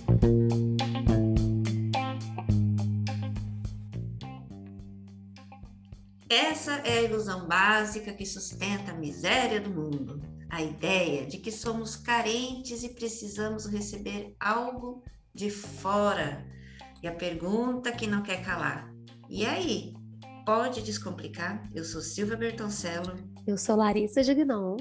Essa é a ilusão básica que sustenta a miséria do mundo. A ideia de que somos carentes e precisamos receber algo de fora. E a pergunta que não quer calar: e aí? Pode descomplicar? Eu sou Silvia Bertoncello. Eu sou Larissa Gignon.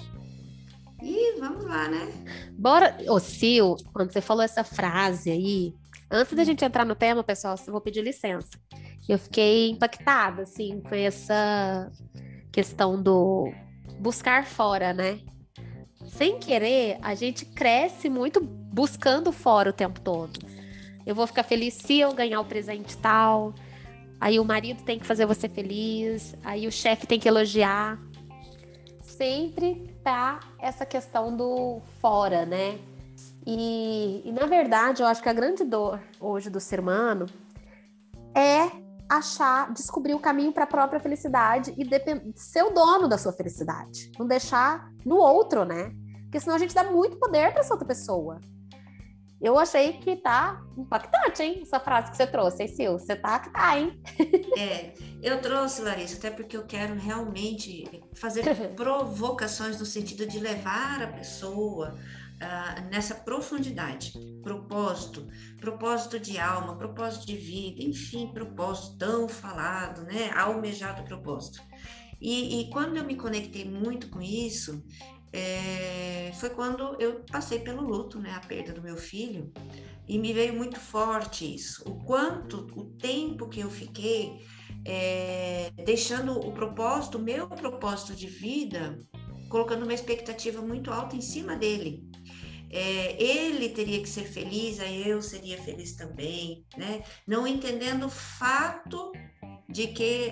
E vamos lá, né? Bora. Ô, Sil, quando você falou essa frase aí, antes da gente entrar no tema, pessoal, eu vou pedir licença. Eu fiquei impactada, assim, com essa questão do buscar fora, né? Sem querer, a gente cresce muito buscando fora o tempo todo. Eu vou ficar feliz se eu ganhar o presente tal. Aí o marido tem que fazer você feliz. Aí o chefe tem que elogiar. Sempre tá essa questão do fora, né? E na verdade, eu acho que a grande dor hoje do ser humano é descobrir o caminho para a própria felicidade e ser o dono da sua felicidade. Não deixar no outro, né? Porque senão a gente dá muito poder para essa outra pessoa. Eu achei que tá impactante, hein? Essa frase que você trouxe, hein, Sil? Você tá que tá, hein? Eu trouxe, Larissa, até porque eu quero realmente fazer provocações no sentido de levar a pessoa nessa profundidade. Propósito de alma, propósito de vida, enfim, propósito tão falado, né? Almejado propósito. E quando eu me conectei muito com isso, foi quando eu passei pelo luto, né? A perda do meu filho. E me veio muito forte isso. O tempo que eu fiquei deixando o meu propósito de vida, colocando uma expectativa muito alta em cima dele. Ele teria que ser feliz, aí eu seria feliz também, né? Não entendendo o fato de que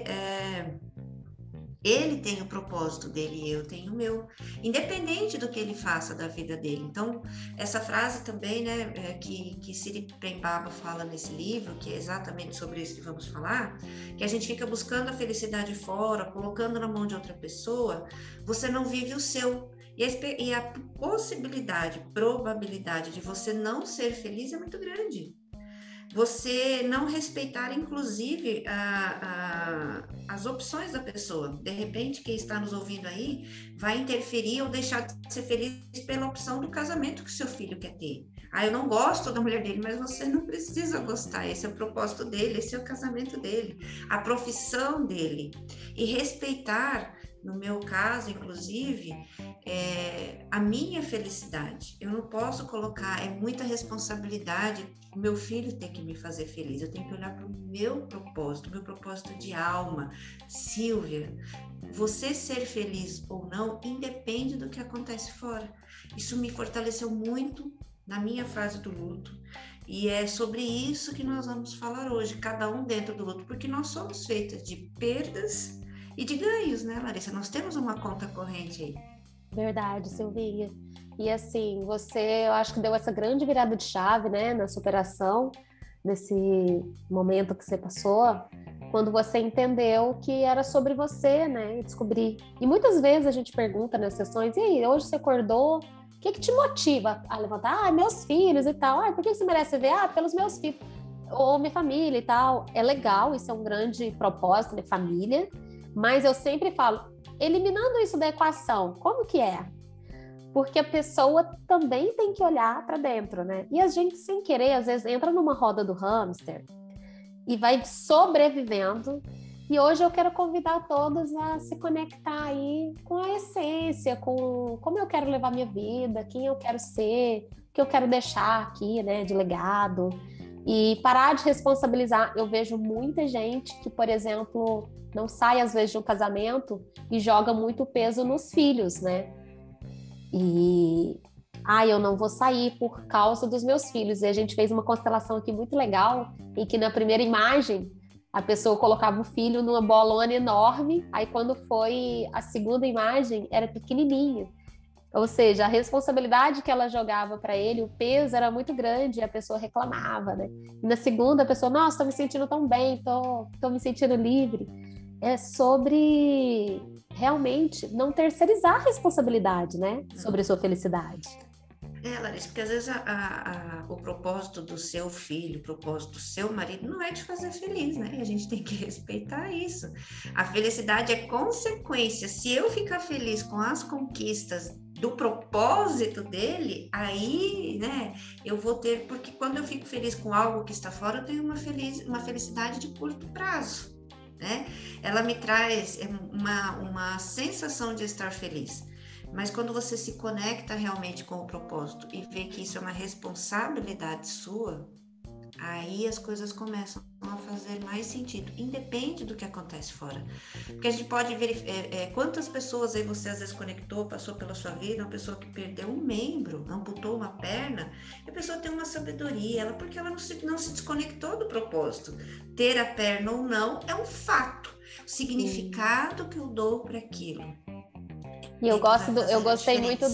ele tem o propósito dele e eu tenho o meu, independente do que ele faça da vida dele. Então, essa frase também, né, que Siri Prembaba fala nesse livro, que é exatamente sobre isso que vamos falar, que a gente fica buscando a felicidade fora, colocando na mão de outra pessoa, você não vive o seu. E a probabilidade de você não ser feliz é muito grande. Você não respeitar, inclusive, as opções da pessoa. De repente, quem está nos ouvindo aí vai interferir ou deixar de ser feliz pela opção do casamento que seu filho quer ter. Eu não gosto da mulher dele, mas você não precisa gostar. Esse é o propósito dele, esse é o casamento dele, a profissão dele. E respeitar, no meu caso, inclusive, a minha felicidade. Eu não posso colocar, é muita responsabilidade o meu filho tem que me fazer feliz. Eu tenho que olhar para o meu propósito de alma. Silvia, você ser feliz ou não independe do que acontece fora. Isso me fortaleceu muito na minha fase do luto. E é sobre isso que nós vamos falar hoje, cada um dentro do luto, porque nós somos feitas de perdas e de ganhos, né, Larissa? Nós temos uma conta corrente aí. Verdade, Silvinha. E assim, eu acho que deu essa grande virada de chave, né, na superação, nesse momento que você passou, quando você entendeu que era sobre você, né, descobrir. E muitas vezes a gente pergunta nas sessões, e aí, hoje você acordou, o que te motiva a levantar? Meus filhos e tal. Por que você merece ver? Pelos meus filhos, ou minha família e tal. É legal, isso é um grande propósito, né, família, mas eu sempre falo, eliminando isso da equação, como que é? Porque a pessoa também tem que olhar para dentro, né? E a gente, sem querer, às vezes entra numa roda do hamster e vai sobrevivendo. E hoje eu quero convidar todos a se conectar aí com a essência, com como eu quero levar minha vida, quem eu quero ser, o que eu quero deixar aqui, né, de legado. E parar de responsabilizar. Eu vejo muita gente que, por exemplo, não sai às vezes de um casamento e joga muito peso nos filhos, né? E eu não vou sair por causa dos meus filhos. E a gente fez uma constelação aqui muito legal, em que na primeira imagem a pessoa colocava o filho numa bolona enorme, aí quando foi a segunda imagem era pequenininho. Ou seja, a responsabilidade que ela jogava para ele, o peso era muito grande e a pessoa reclamava, né? E na segunda a pessoa, nossa, tô me sentindo tão bem, tô me sentindo livre. É sobre realmente não terceirizar a responsabilidade, né? Sobre a sua felicidade. Larissa, porque às vezes o propósito do seu filho, o propósito do seu marido não é te fazer feliz, né? E a gente tem que respeitar isso. A felicidade é consequência. Se eu ficar feliz com as conquistas do propósito dele, aí, né, eu vou ter, porque quando eu fico feliz com algo que está fora, eu tenho uma felicidade de curto prazo, né? Ela me traz uma sensação de estar feliz. Mas quando você se conecta realmente com o propósito e vê que isso é uma responsabilidade sua, aí as coisas começam a fazer mais sentido, independe do que acontece fora. Porque a gente pode ver quantas pessoas aí você às vezes conectou, passou pela sua vida, uma pessoa que perdeu um membro, amputou uma perna, e a pessoa tem uma sabedoria, porque ela não se desconectou do propósito. Ter a perna ou não é um fato, o significado que eu dou para aquilo. E eu gostei muito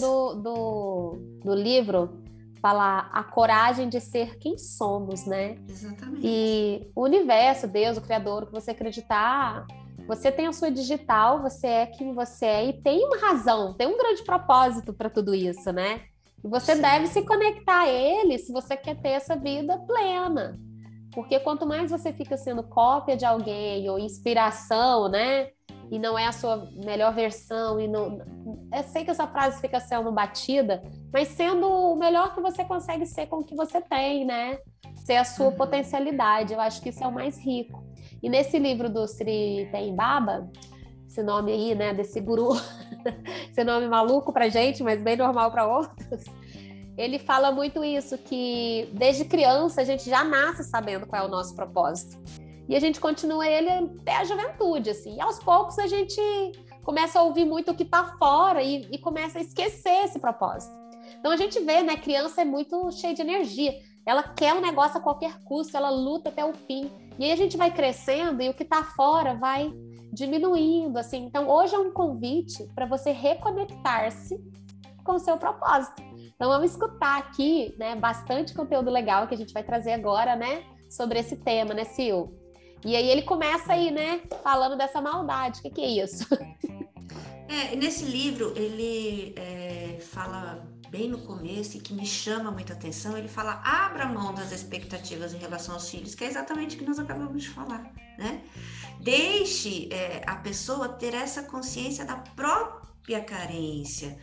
do livro falar a coragem de ser quem somos, né? Exatamente. E o universo, Deus, o Criador, que você acreditar, você tem a sua digital, você é quem você é e tem uma razão, tem um grande propósito para tudo isso, né? E você deve se conectar a ele se você quer ter essa vida plena. Porque quanto mais você fica sendo cópia de alguém ou inspiração, né? E não é a sua melhor versão, e não... Eu sei que essa frase fica sendo batida, mas sendo o melhor que você consegue ser com o que você tem, né? Ser a sua potencialidade, eu acho que isso é o mais rico. E nesse livro do Sri Tem Baba, esse nome aí, né, desse guru, esse nome maluco pra gente, mas bem normal para outros, ele fala muito isso, que desde criança a gente já nasce sabendo qual é o nosso propósito. E a gente continua ele até a juventude, assim. E aos poucos a gente começa a ouvir muito o que está fora e começa a esquecer esse propósito. Então a gente vê, né? Criança é muito cheia de energia. Ela quer um negócio a qualquer custo, ela luta até o fim. E aí a gente vai crescendo e o que está fora vai diminuindo, assim. Então hoje é um convite para você reconectar-se com o seu propósito. Então vamos escutar aqui, né? Bastante conteúdo legal que a gente vai trazer agora, né? Sobre esse tema, né, Sil? E aí ele começa aí, né, falando dessa maldade. O que é isso? Nesse livro, ele fala bem no começo, e que me chama muita atenção, ele fala, abra mão das expectativas em relação aos filhos, que é exatamente o que nós acabamos de falar, né? Deixe a pessoa ter essa consciência da própria carência,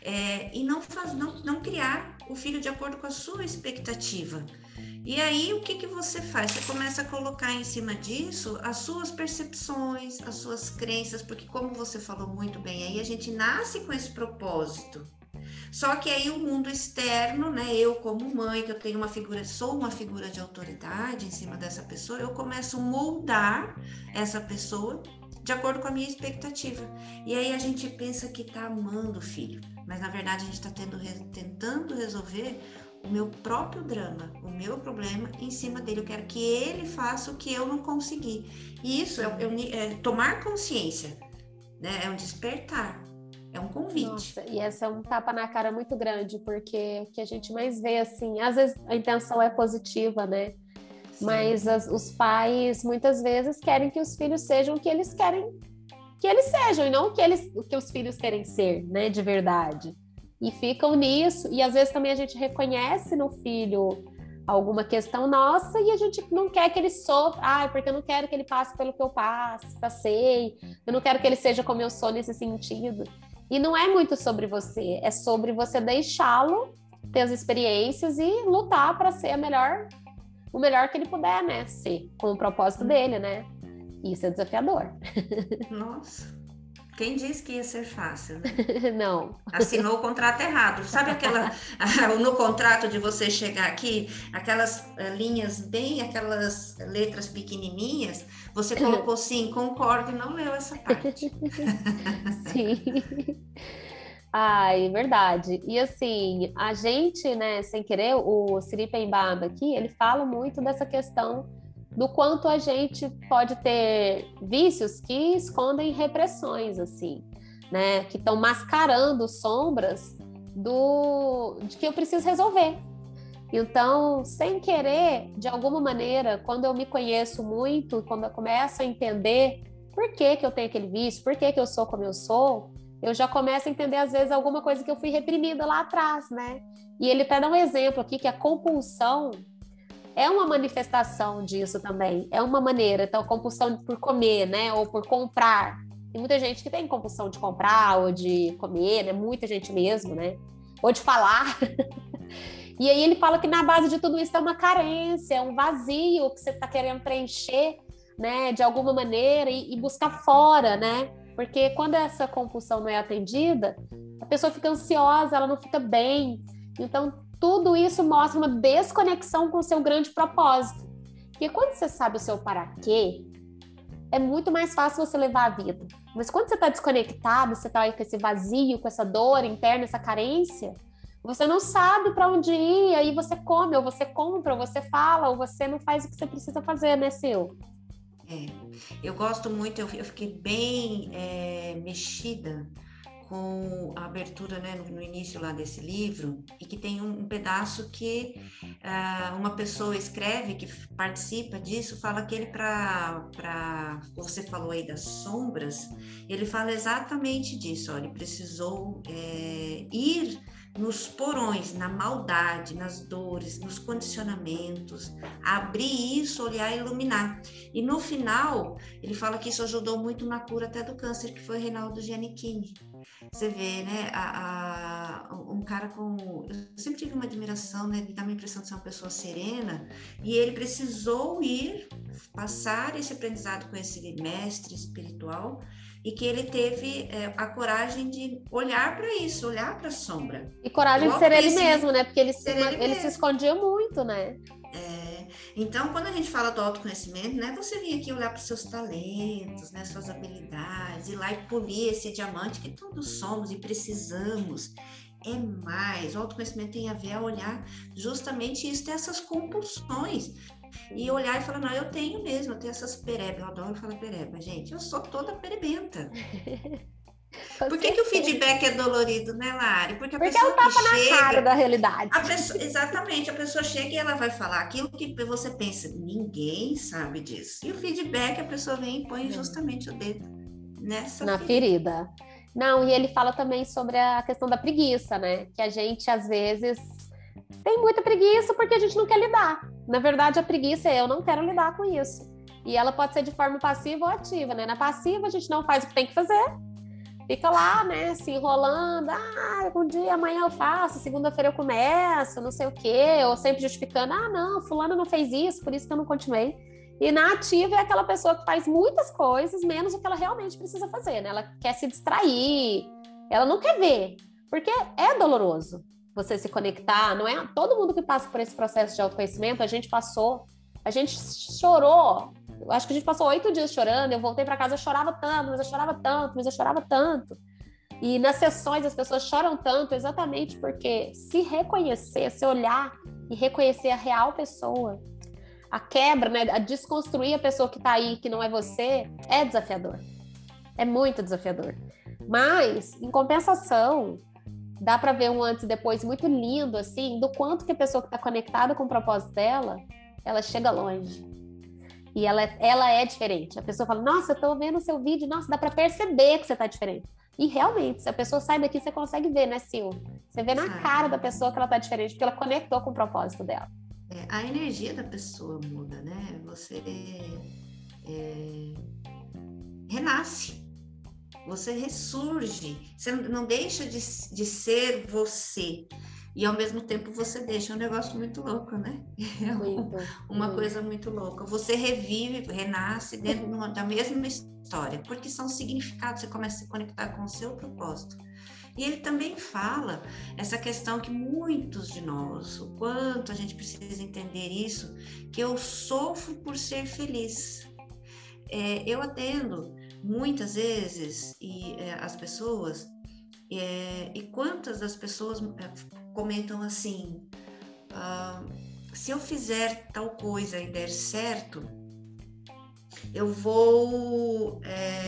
e não criar o filho de acordo com a sua expectativa. E aí, o que você faz? Você começa a colocar em cima disso as suas percepções, as suas crenças, porque como você falou muito bem, aí a gente nasce com esse propósito. Só que aí o mundo externo, né, eu como mãe, que eu tenho sou uma figura de autoridade em cima dessa pessoa, eu começo a moldar essa pessoa de acordo com a minha expectativa. E aí a gente pensa que tá amando o filho, mas na verdade a gente está tentando resolver o meu próprio drama, o meu problema em cima dele. Eu quero que ele faça o que eu não consegui. E isso é tomar consciência, né? É um despertar, é um convite. Nossa, e essa é um tapa na cara muito grande, porque o que a gente mais vê, assim, às vezes a intenção é positiva, né? Sim. Mas os pais muitas vezes querem que os filhos sejam o que eles querem que eles sejam, e não o que os filhos querem ser, né, de verdade. E ficam nisso, e às vezes também a gente reconhece no filho alguma questão nossa e a gente não quer que ele sofra, porque eu não quero que ele passe pelo que eu passei, eu não quero que ele seja como eu sou nesse sentido. E não é muito sobre você, é sobre você deixá-lo ter as experiências e lutar para ser o melhor que ele puder, né, ser, com o propósito dele, né? Isso é desafiador. Nossa. Quem disse que ia ser fácil, né? Não. Assinou o contrato errado. Sabe no contrato de você chegar aqui, aquelas linhas aquelas letras pequenininhas, você colocou sim, concordo, e não leu essa parte. Sim. Ai, verdade. E assim, a gente, né, sem querer, o Sri Tem Baba aqui, ele fala muito dessa questão do quanto a gente pode ter vícios que escondem repressões, assim, né? Que estão mascarando sombras de que eu preciso resolver. Então, sem querer, de alguma maneira, quando eu me conheço muito, quando eu começo a entender por que eu tenho aquele vício, por que eu sou como eu sou, eu já começo a entender, às vezes, alguma coisa que eu fui reprimida lá atrás, né? E ele até dá um exemplo aqui, que a compulsão é uma manifestação disso também, é uma maneira. Então, compulsão por comer, né? Ou por comprar. Tem muita gente que tem compulsão de comprar ou de comer, né? Muita gente mesmo, né? Ou de falar. E aí ele fala que na base de tudo isso é uma carência, é um vazio que você está querendo preencher, né? De alguma maneira e buscar fora, né? Porque quando essa compulsão não é atendida, a pessoa fica ansiosa, ela não fica bem. Então, tudo isso mostra uma desconexão com o seu grande propósito. Porque quando você sabe o seu para quê, é muito mais fácil você levar a vida. Mas quando você está desconectado, você está com esse vazio, com essa dor interna, essa carência, você não sabe para onde ir, aí você come, ou você compra, ou você fala, ou você não faz o que você precisa fazer, né, Sil? Eu gosto muito, eu fiquei bem mexida com a abertura, né, no início lá desse livro, e que tem um pedaço que uma pessoa escreve, que participa disso, fala que ele você falou aí das sombras, ele fala exatamente disso, ó, ele precisou ir nos porões, na maldade, nas dores, nos condicionamentos, abrir isso, olhar e iluminar. E no final, ele fala que isso ajudou muito na cura até do câncer, que foi Reinaldo Giannichini. Você vê, né, um cara com... Eu sempre tive uma admiração, né, de dar uma impressão de ser uma pessoa serena, e ele precisou ir passar esse aprendizado com esse mestre espiritual, e que ele teve a coragem de olhar para isso, olhar para a sombra. E coragem de ser ele mesmo, né? Porque ele se escondia muito, né? Então, quando a gente fala do autoconhecimento, não é você vir aqui olhar para os seus talentos, né, suas habilidades, ir lá e polir esse diamante que todos somos e precisamos. É mais, o autoconhecimento tem a ver a olhar justamente isso, ter essas compulsões. E olhar e falar, não, eu tenho essas perebas, eu adoro falar pereba, gente, eu sou toda perebenta. Por que o feedback é dolorido, né, Lari? Porque a pessoa é um tapa que chega... na cara da realidade. Exatamente, a pessoa chega e ela vai falar aquilo que você pensa, ninguém sabe disso. E o feedback, a pessoa vem e põe justamente o dedo nessa ferida. Não, e ele fala também sobre a questão da preguiça, né? Que a gente, às vezes, tem muita preguiça porque a gente não quer lidar. Na verdade, a preguiça é eu não quero lidar com isso. E ela pode ser de forma passiva ou ativa, né? Na passiva, a gente não faz o que tem que fazer. Fica lá, né, se enrolando, um dia, amanhã eu faço, segunda-feira eu começo, não sei o quê, ou sempre justificando, não, fulano não fez isso, por isso que eu não continuei. E na ativa é aquela pessoa que faz muitas coisas, menos o que ela realmente precisa fazer, né? Ela quer se distrair, ela não quer ver, porque é doloroso você se conectar, não é todo mundo que passa por esse processo de autoconhecimento, a gente chorou. Eu acho que a gente passou 8 dias chorando, eu voltei para casa, eu chorava tanto, mas eu chorava tanto, mas eu chorava tanto. E nas sessões as pessoas choram tanto exatamente porque se reconhecer, se olhar e reconhecer a real pessoa, a quebra, né, a desconstruir a pessoa que está aí, que não é você, é desafiador. É muito desafiador. Mas, em compensação, dá para ver um antes e depois muito lindo, assim, do quanto que a pessoa que está conectada com o propósito dela, ela chega longe. E ela é diferente. A pessoa fala, nossa, eu tô vendo o seu vídeo, nossa, dá para perceber que você tá diferente. E realmente, se a pessoa sai daqui, você consegue ver, né, Sil? Você vê na cara da pessoa que ela tá diferente, porque ela conectou com o propósito dela. A energia da pessoa muda, né? Você renasce. Você ressurge. Você não deixa de ser você. E ao mesmo tempo você deixa um negócio muito louco, né? Uma coisa muito louca. Você revive, renasce dentro da mesma história, porque são significados, você começa a se conectar com o seu propósito. E ele também fala essa questão que muitos de nós, o quanto a gente precisa entender isso, que eu sofro por ser feliz. Eu atendo muitas vezes as pessoas, e quantas das pessoas comentam assim, se eu fizer tal coisa e der certo, eu vou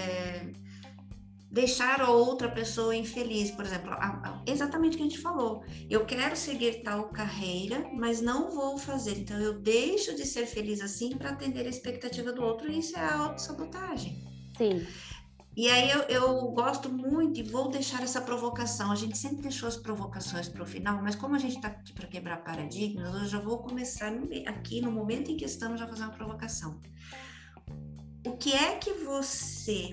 deixar a outra pessoa infeliz. Por exemplo, exatamente o que a gente falou, eu quero seguir tal carreira, mas não vou fazer, então eu deixo de ser feliz assim para atender a expectativa do outro, e isso é a autossabotagem. Sim. E aí eu gosto muito e vou deixar essa provocação. A gente sempre deixou as provocações para o final, mas como a gente está aqui para quebrar paradigmas, eu já vou começar aqui no momento em que estamos já fazer uma provocação. O que é que você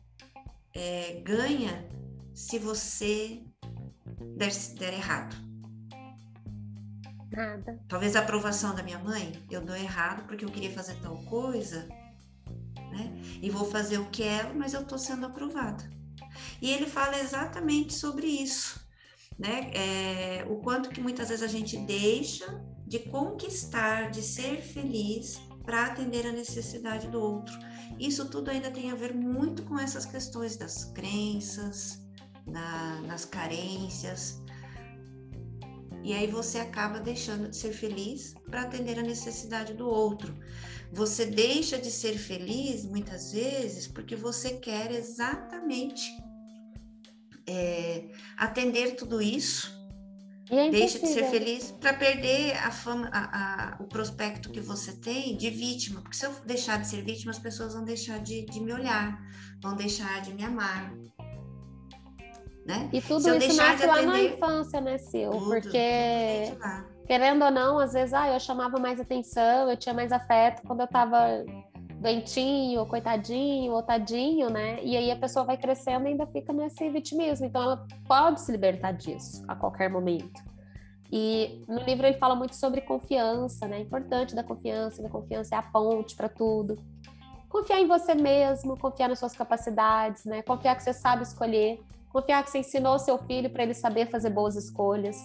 ganha se você der errado? Nada. Talvez a aprovação da minha mãe, eu dou errado porque eu queria fazer tal coisa, né? E vou fazer o que ela, mas eu estou sendo aprovada. E ele fala exatamente sobre isso, né? O quanto que muitas vezes a gente deixa de conquistar, de ser feliz para atender a necessidade do outro. Isso tudo ainda tem a ver muito com essas questões das crenças, nas carências. E aí você acaba deixando de ser feliz para atender a necessidade do outro. Você deixa de ser feliz, muitas vezes, porque você quer exatamente atender tudo isso. Deixa de ser feliz para perder a fama, o prospecto que você tem de vítima. Porque se eu deixar de ser vítima, as pessoas vão deixar de me olhar, vão deixar de me amar. Né? E tudo isso nasce lá na infância, né, Sil? Porque, querendo ou não, às vezes, eu chamava mais atenção, eu tinha mais afeto quando eu tava doentinho, ou coitadinho, ou tadinho, né? E aí a pessoa vai crescendo e ainda fica nesse vitimismo. Então, ela pode se libertar disso a qualquer momento. E no livro ele fala muito sobre confiança, né? Importante da confiança é a ponte para tudo. Confiar em você mesmo, confiar nas suas capacidades, né? Confiar que você sabe escolher. Confiar que você ensinou o seu filho para ele saber fazer boas escolhas.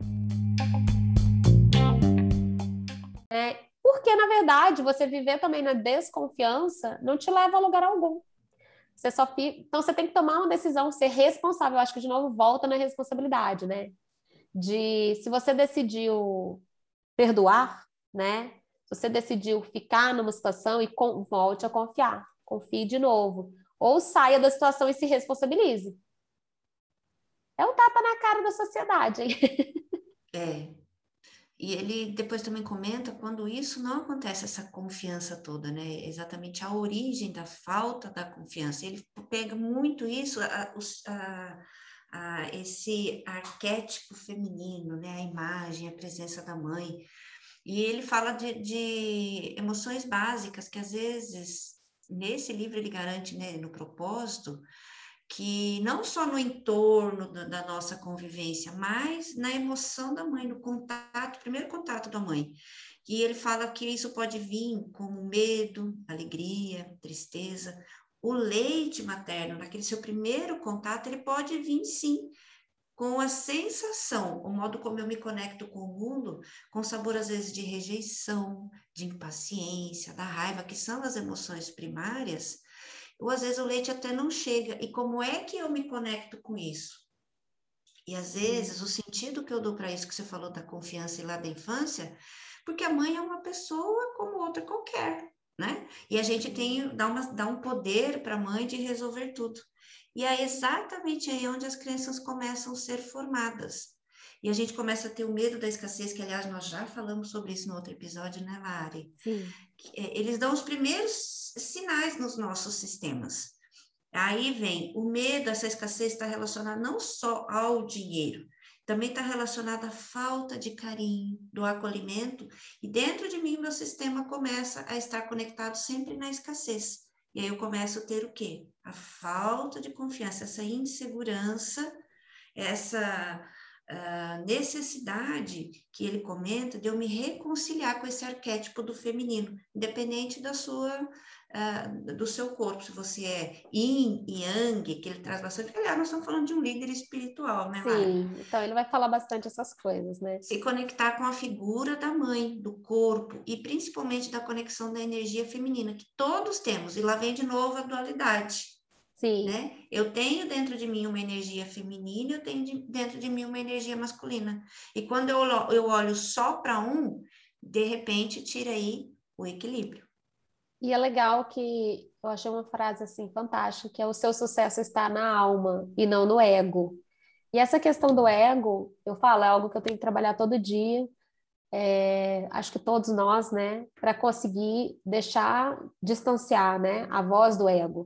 Porque, na verdade, você viver também na desconfiança não te leva a lugar algum. Você só fica... Então, você tem que tomar uma decisão, ser responsável. Eu acho que, de novo, volta na responsabilidade, né? Se você decidiu perdoar, né? Se você decidiu ficar numa situação e volte a confiar. Confie de novo. Ou saia da situação e se responsabilize. É um tapa na cara da sociedade, hein? E ele depois também comenta quando isso não acontece, essa confiança toda, né? Exatamente a origem da falta da confiança. Ele pega muito isso, esse arquétipo feminino, né? A imagem, a presença da mãe. E ele fala de emoções básicas que às vezes, nesse livro ele garante, né, no propósito, que não só no entorno da nossa convivência, mas na emoção da mãe, no contato, primeiro contato da mãe. E ele fala que isso pode vir como medo, alegria, tristeza. O leite materno, naquele seu primeiro contato, ele pode vir sim, com a sensação, o modo como eu me conecto com o mundo, com sabor às vezes de rejeição, de impaciência, da raiva, que são as emoções primárias. Ou às vezes o leite até não chega. E como é que eu me conecto com isso? E às vezes o sentido que eu dou para isso que você falou da confiança e lá da infância, porque a mãe é uma pessoa como outra qualquer, né? E a gente dá um poder para a mãe de resolver tudo. E é exatamente aí onde as crenças começam a ser formadas. E a gente começa a ter o medo da escassez, que aliás nós já falamos sobre isso no outro episódio, né, Lari? Sim. Eles dão os primeiros sinais nos nossos sistemas. Aí vem o medo, essa escassez está relacionada não só ao dinheiro, também está relacionada à falta de carinho, do acolhimento, e dentro de mim meu sistema começa a estar conectado sempre na escassez. E aí eu começo a ter o quê? A falta de confiança, essa insegurança, essa necessidade que ele comenta de eu me reconciliar com esse arquétipo do feminino, independente do seu corpo, se você é yin, yang, que ele traz bastante. Aliás, nós estamos falando de um líder espiritual, né, Lara? Sim, então ele vai falar bastante essas coisas, né? Se conectar com a figura da mãe, do corpo, e principalmente da conexão da energia feminina, que todos temos, e lá vem de novo a dualidade. Sim. Né? Eu tenho dentro de mim uma energia feminina, eu tenho dentro de mim uma energia masculina. E quando eu olho só para um, de repente tira aí o equilíbrio. E é legal que eu achei uma frase assim fantástica, que é o seu sucesso está na alma e não no ego. E essa questão do ego, eu falo, é algo que eu tenho que trabalhar todo dia. Acho que todos nós, né, para conseguir distanciar, né, a voz do ego.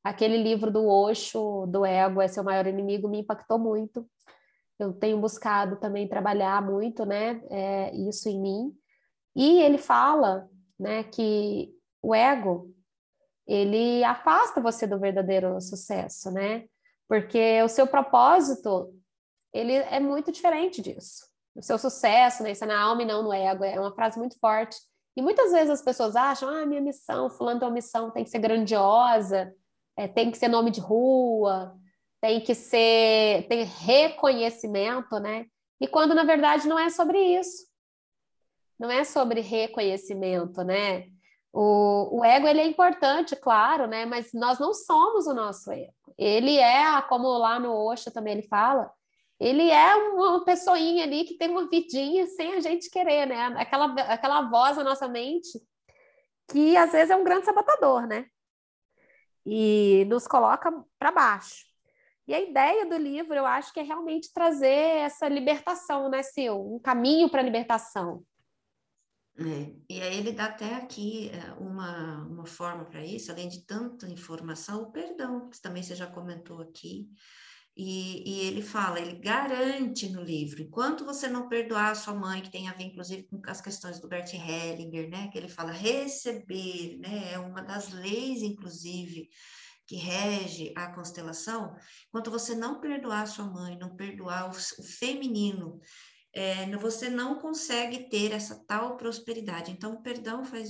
aquele livro do Osho, do Ego é seu maior inimigo, me impactou muito. Eu tenho buscado também trabalhar muito, né, isso em mim. E ele fala, né, que o ego, ele afasta você do verdadeiro sucesso, né? Porque o seu propósito, ele é muito diferente disso. O seu sucesso, né, isso é na alma e não no ego, é uma frase muito forte. E muitas vezes as pessoas acham, minha missão, fulano tem uma missão, tem que ser grandiosa, tem que ser nome de rua, tem reconhecimento, né? E quando, na verdade, não é sobre isso. Não é sobre reconhecimento, né? O ego, ele é importante, claro, né? Mas nós não somos o nosso ego. Ele é, como lá no Osho também ele fala, ele é uma pessoinha ali que tem uma vidinha sem a gente querer, né? Aquela voz na nossa mente que às vezes é um grande sabotador, né? E nos coloca para baixo. E a ideia do livro, eu acho que é realmente trazer essa libertação, né, Sil? Um caminho para a libertação. E aí ele dá até aqui uma forma para isso, além de tanta informação, o perdão, que também você já comentou aqui. E ele fala, ele garante no livro, enquanto você não perdoar a sua mãe, que tem a ver, inclusive, com as questões do Bert Hellinger, né? Que ele fala receber, né? É uma das leis, inclusive, que rege a constelação. Enquanto você não perdoar a sua mãe, não perdoar o feminino, você não consegue ter essa tal prosperidade. Então, o perdão faz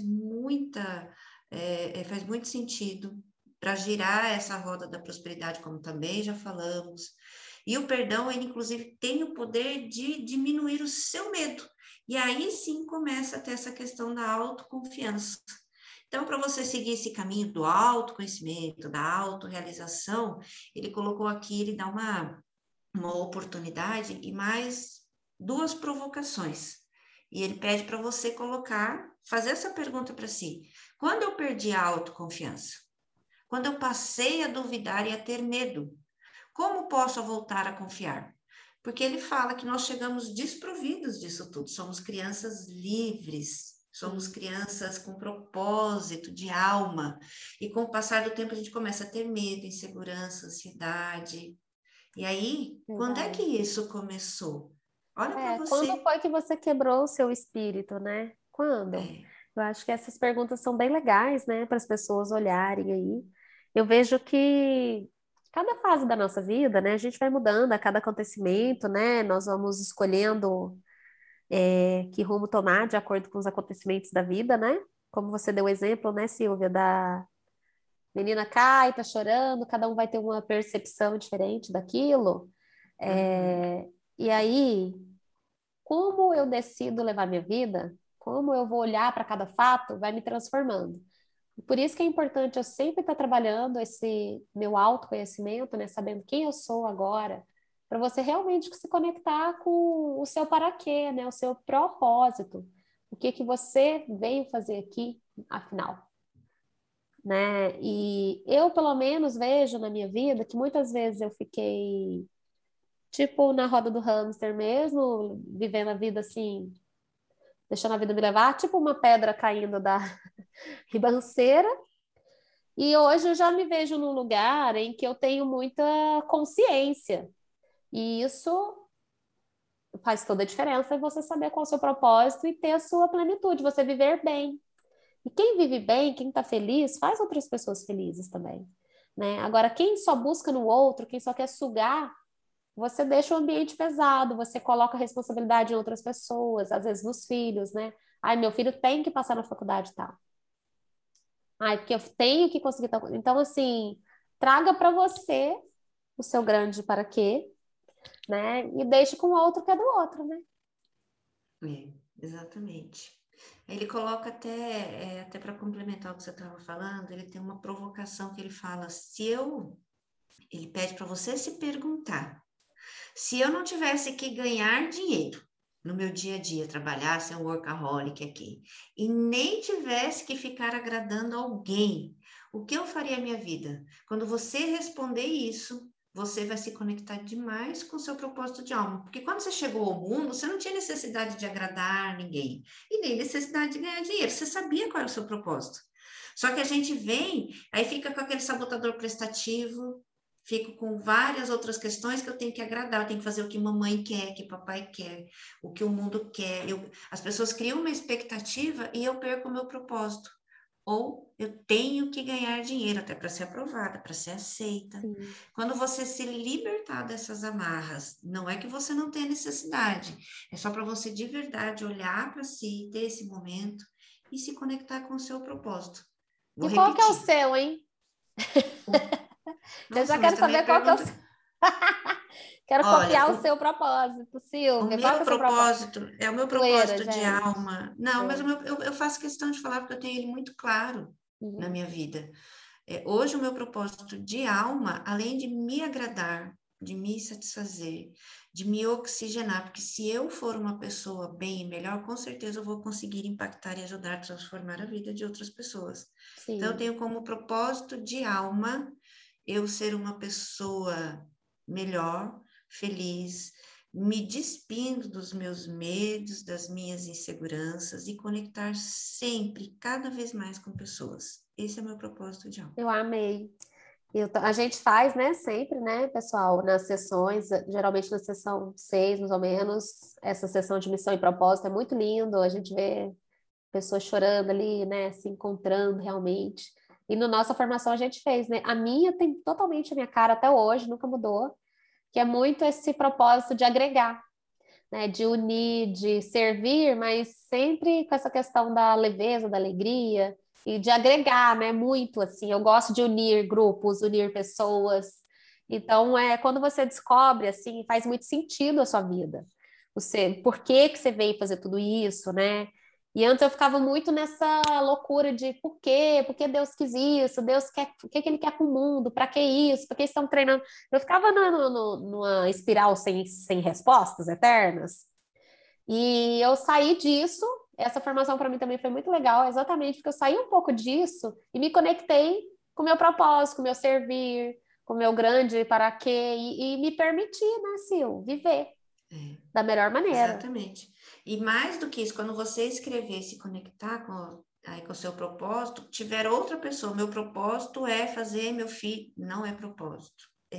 faz muito sentido para girar essa roda da prosperidade, como também já falamos. E o perdão, ele inclusive tem o poder de diminuir o seu medo. E aí sim começa a ter essa questão da autoconfiança. Então, para você seguir esse caminho do autoconhecimento, da autorrealização, ele colocou aqui, ele dá uma oportunidade e mais 2 provocações. E ele pede para você fazer essa pergunta para si. Quando eu perdi a autoconfiança? Quando eu passei a duvidar e a ter medo? Como posso voltar a confiar? Porque ele fala que nós chegamos desprovidos disso tudo. Somos crianças livres, somos crianças com propósito de alma. E com o passar do tempo a gente começa a ter medo, insegurança, ansiedade. E aí, quando é que isso começou? Olha para Quando você. foi que você quebrou o seu espírito, né? Quando? Eu acho que essas perguntas são bem legais, né, para as pessoas olharem aí. Eu vejo que cada fase da nossa vida, né, a gente vai mudando a cada acontecimento, né? Nós vamos escolhendo que rumo tomar de acordo com os acontecimentos da vida, né? Como você deu o exemplo, né, Silvia, da menina cai, tá chorando, cada um vai ter uma percepção diferente daquilo. Uhum. E aí como eu decido levar minha vida, como eu vou olhar para cada fato, vai me transformando. E por isso que é importante eu sempre estar trabalhando esse meu autoconhecimento, né, sabendo quem eu sou agora, para você realmente se conectar com o seu para quê, né, o seu propósito. O que que você veio fazer aqui, afinal, né? E eu, pelo menos, vejo na minha vida que muitas vezes eu fiquei tipo na roda do hamster mesmo, vivendo a vida assim, deixando a vida me levar, tipo uma pedra caindo da ribanceira. E hoje eu já me vejo num lugar em que eu tenho muita consciência. E isso faz toda a diferença, você saber qual é o seu propósito e ter a sua plenitude, você viver bem. E quem vive bem, quem está feliz, faz outras pessoas felizes também. Né? Agora, quem só busca no outro, quem só quer sugar, você deixa o ambiente pesado, você coloca a responsabilidade em outras pessoas, às vezes nos filhos, né? Ai, meu filho tem que passar na faculdade e tal. Ai, porque eu tenho que conseguir tal coisa. Então, assim, traga para você o seu grande para quê, né? E deixe com o outro que é do outro, né? Exatamente. Ele coloca até para complementar o que você estava falando, ele tem uma provocação que ele fala, ele pede para você se perguntar, se eu não tivesse que ganhar dinheiro no meu dia a dia, trabalhar, ser um workaholic aqui, e nem tivesse que ficar agradando alguém, o que eu faria a minha vida? Quando você responder isso, você vai se conectar demais com o seu propósito de alma. Porque quando você chegou ao mundo, você não tinha necessidade de agradar ninguém e nem necessidade de ganhar dinheiro. Você sabia qual era o seu propósito. Só que a gente vem, aí fica com aquele sabotador prestativo, fico com várias outras questões que eu tenho que agradar, eu tenho que fazer o que mamãe quer, o que papai quer, o que o mundo quer. As pessoas criam uma expectativa e eu perco o meu propósito. Ou eu tenho que ganhar dinheiro até para ser aprovada, para ser aceita. Sim. Quando você se libertar dessas amarras, não é que você não tenha necessidade, é só para você de verdade olhar para si, ter esse momento e se conectar com o seu propósito. Vou E qual que é o repetir. seu, hein? Eu já Nossa, mas quero também a saber qual que é o pergunta. seu. Quero Olha, copiar o seu propósito, o Silvia. Qual que é meu o seu propósito? propósito é o meu Zoeira, propósito de gente. alma. Não, mas É. eu faço questão de falar porque eu tenho ele muito claro na Uhum. minha vida. Hoje, o meu propósito de alma, além de me agradar, de me satisfazer, de me oxigenar, porque se eu for uma pessoa bem e melhor, com certeza eu vou conseguir impactar e ajudar a transformar a vida de outras pessoas. Então, eu Sim. tenho como propósito de alma eu ser uma pessoa melhor, feliz, me despindo dos meus medos, das minhas inseguranças e conectar sempre, cada vez mais com pessoas. Esse é o meu propósito de alma. Eu amei. A gente faz, né, sempre, né, pessoal, nas sessões, geralmente na sessão 6, mais ou menos, essa sessão de missão e propósito é muito lindo, a gente vê pessoas chorando ali, né, se encontrando realmente. E na nossa formação a gente fez, né? A minha tem totalmente a minha cara até hoje, nunca mudou, que é muito esse propósito de agregar, né, de unir, de servir, mas sempre com essa questão da leveza, da alegria e de agregar, né, muito assim. Eu gosto de unir grupos, unir pessoas. Então, quando você descobre assim, faz muito sentido a sua vida. Por que que você veio fazer tudo isso, né? E antes eu ficava muito nessa loucura de por quê? Por que Deus quis isso? Deus quer, o que que ele quer com o mundo? Para que isso? Por que estão treinando? Eu ficava numa espiral sem respostas eternas. E eu saí disso. Essa formação para mim também foi muito legal, exatamente porque eu saí um pouco disso e me conectei com o meu propósito, com o meu servir, com o meu grande para quê, e me permiti, né, Sil, viver É, da melhor maneira. exatamente. E mais do que isso, quando você escrever e se conectar com o seu propósito, tiver outra pessoa, meu propósito é fazer meu filho, não é propósito, é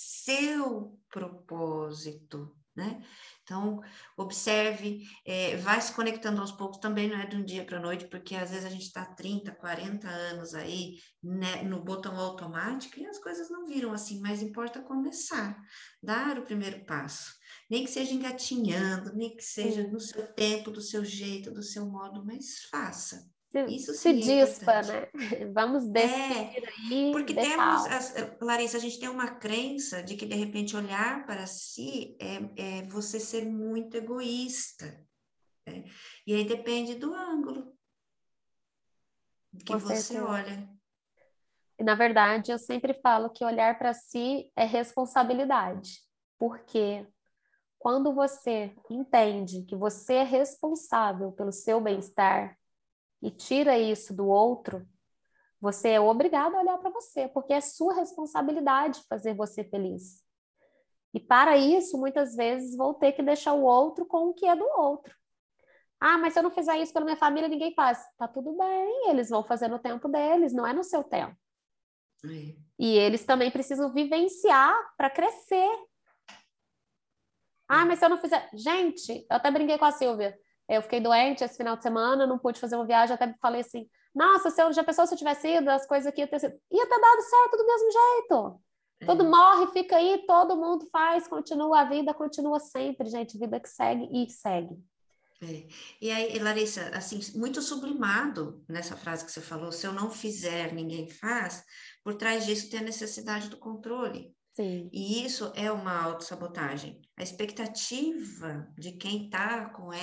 seu propósito, né? Então, observe, vai se conectando aos poucos, também não é de um dia para a noite, porque às vezes a gente está 30, 40 anos aí, né, no botão automático e as coisas não viram assim, mas importa começar, dar o primeiro passo. Nem que seja engatinhando, nem que seja no Sim. seu tempo, do seu jeito, do seu modo, mas faça. Isso Se sim é dispa, importante. né? Vamos despir É, aí, porque dê pau. Larissa, a gente tem uma crença de que de repente olhar para si é você ser muito egoísta, né? E aí depende do ângulo que Com você certeza. olha. E, na verdade, eu sempre falo que olhar para si é responsabilidade. Porque quando você entende que você é responsável pelo seu bem-estar e tira isso do outro, você é obrigado a olhar para você, porque é sua responsabilidade fazer você feliz. E para isso, muitas vezes, vou ter que deixar o outro com o que é do outro. Ah, mas se eu não fizer isso pela minha família, ninguém faz. Tá tudo bem, eles vão fazer no tempo deles, não é no seu tempo. É, E eles também precisam vivenciar para crescer. Ah, mas se eu não fizer. Gente, eu até brinquei com a Silvia. Eu fiquei doente esse final de semana, não pude fazer uma viagem, até falei assim: nossa, já pensou se eu tivesse ido, as coisas aqui ia ter dado certo do mesmo jeito. Todo é. morre, fica aí, todo mundo faz, continua a vida, continua sempre, gente. Vida que segue e segue. É. E aí, Larissa, assim, muito sublimado nessa frase que você falou, se eu não fizer, ninguém faz, por trás disso tem a necessidade do controle. Sim. E isso é uma autossabotagem. A expectativa de quem está com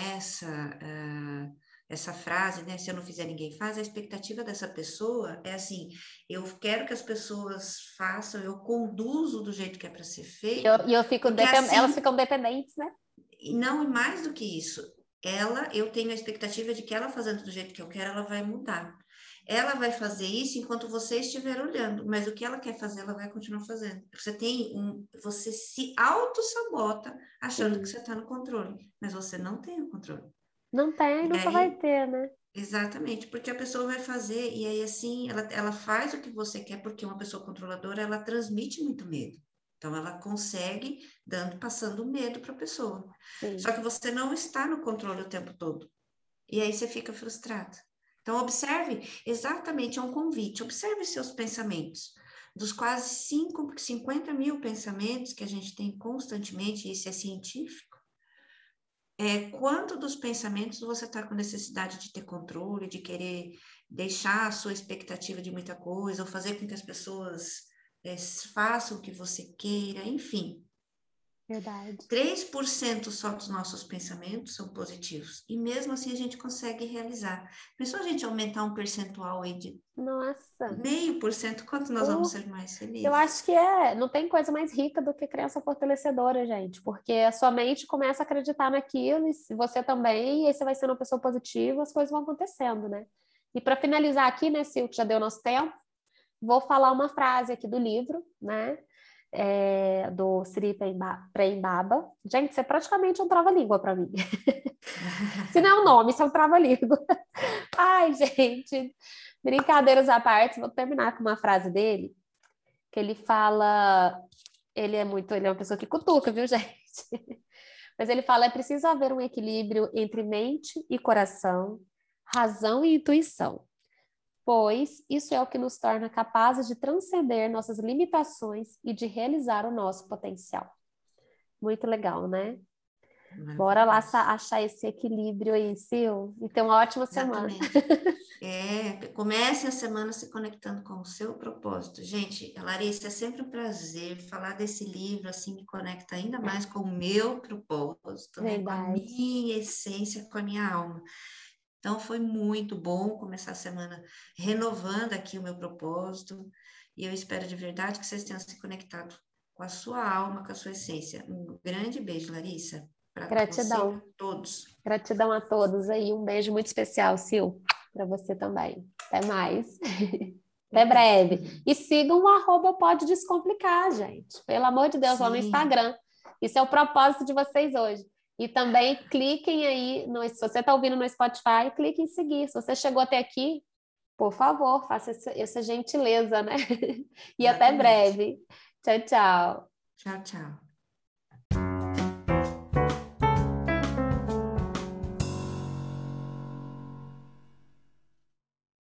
essa frase, né? Se eu não fizer, ninguém faz, a expectativa dessa pessoa é assim: eu quero que as pessoas façam, eu conduzo do jeito que é para ser feito, E eu fico porque elas assim, ficam dependentes, né? e não, e mais do que isso, eu tenho a expectativa de que ela fazendo do jeito que eu quero, ela vai mudar. Ela vai fazer isso enquanto você estiver olhando, mas o que ela quer fazer, ela vai continuar fazendo. Você se auto-sabota achando que Sim. você está no controle, mas você não tem o controle. Não tem, E nunca vai aí, ter, né? Exatamente, porque a pessoa vai fazer, e aí assim, ela faz o que você quer, porque uma pessoa controladora, ela transmite muito medo. Então, ela consegue passando medo para a pessoa. Só Sim, que você não está no controle o tempo todo. E aí você fica frustrado. Então, observe, exatamente, é um convite, observe seus pensamentos. Dos quase 50 mil pensamentos que a gente tem constantemente, isso é científico, quanto dos pensamentos você está com necessidade de ter controle, de querer deixar a sua expectativa de muita coisa, ou fazer com que as pessoas façam o que você queira, enfim. verdade. 3% só dos nossos pensamentos são positivos. E mesmo assim a gente consegue realizar. Pensou a gente aumentar um percentual aí de Nossa, 0,5%, quanto nós vamos ser mais eu felizes? acho que não tem coisa mais rica do que crença fortalecedora, gente, porque a sua mente começa a acreditar naquilo e você também, e aí você vai sendo uma pessoa positiva, as coisas vão acontecendo, né? E para finalizar aqui, né, Sil, que já deu nosso tempo, vou falar uma frase aqui do livro, né? Do Sri Prembaba. Gente, isso é praticamente um trava-língua para mim. Se não é um nome, isso é um trava-língua. Ai, gente, brincadeiras à parte, vou terminar com uma frase dele, que ele fala, ele é uma pessoa que cutuca, viu, gente? Mas ele fala, é preciso haver um equilíbrio entre mente e coração, razão e intuição, pois isso é o que nos torna capazes de transcender nossas limitações e de realizar o nosso potencial. Muito legal, né? Bora lá Maravilhoso. achar esse equilíbrio aí, Sil, e ter uma ótima semana. Exatamente. Comece a semana se conectando com o seu propósito. Gente, Larissa, é sempre um prazer falar desse livro, assim, me conecta ainda mais com o meu propósito, né? Com a Verdade. minha essência, com a minha alma. Então, foi muito bom começar a semana renovando aqui o meu propósito, e eu espero de verdade que vocês tenham se conectado com a sua alma, com a sua essência. Um grande beijo, Larissa, para você e para Gratidão. todos. Gratidão a todos aí. Um beijo muito especial, Sil, para você também. Até mais. Até Até. breve. E sigam o arroba Pode Descomplicar, gente. Pelo amor de Deus, lá no Sim. Instagram. Isso é o propósito de vocês hoje. E também cliquem aí, se você está ouvindo no Spotify, clique em seguir. Se você chegou até aqui, por favor, faça essa gentileza, né? E até Exatamente. breve. Tchau, tchau. Tchau, tchau.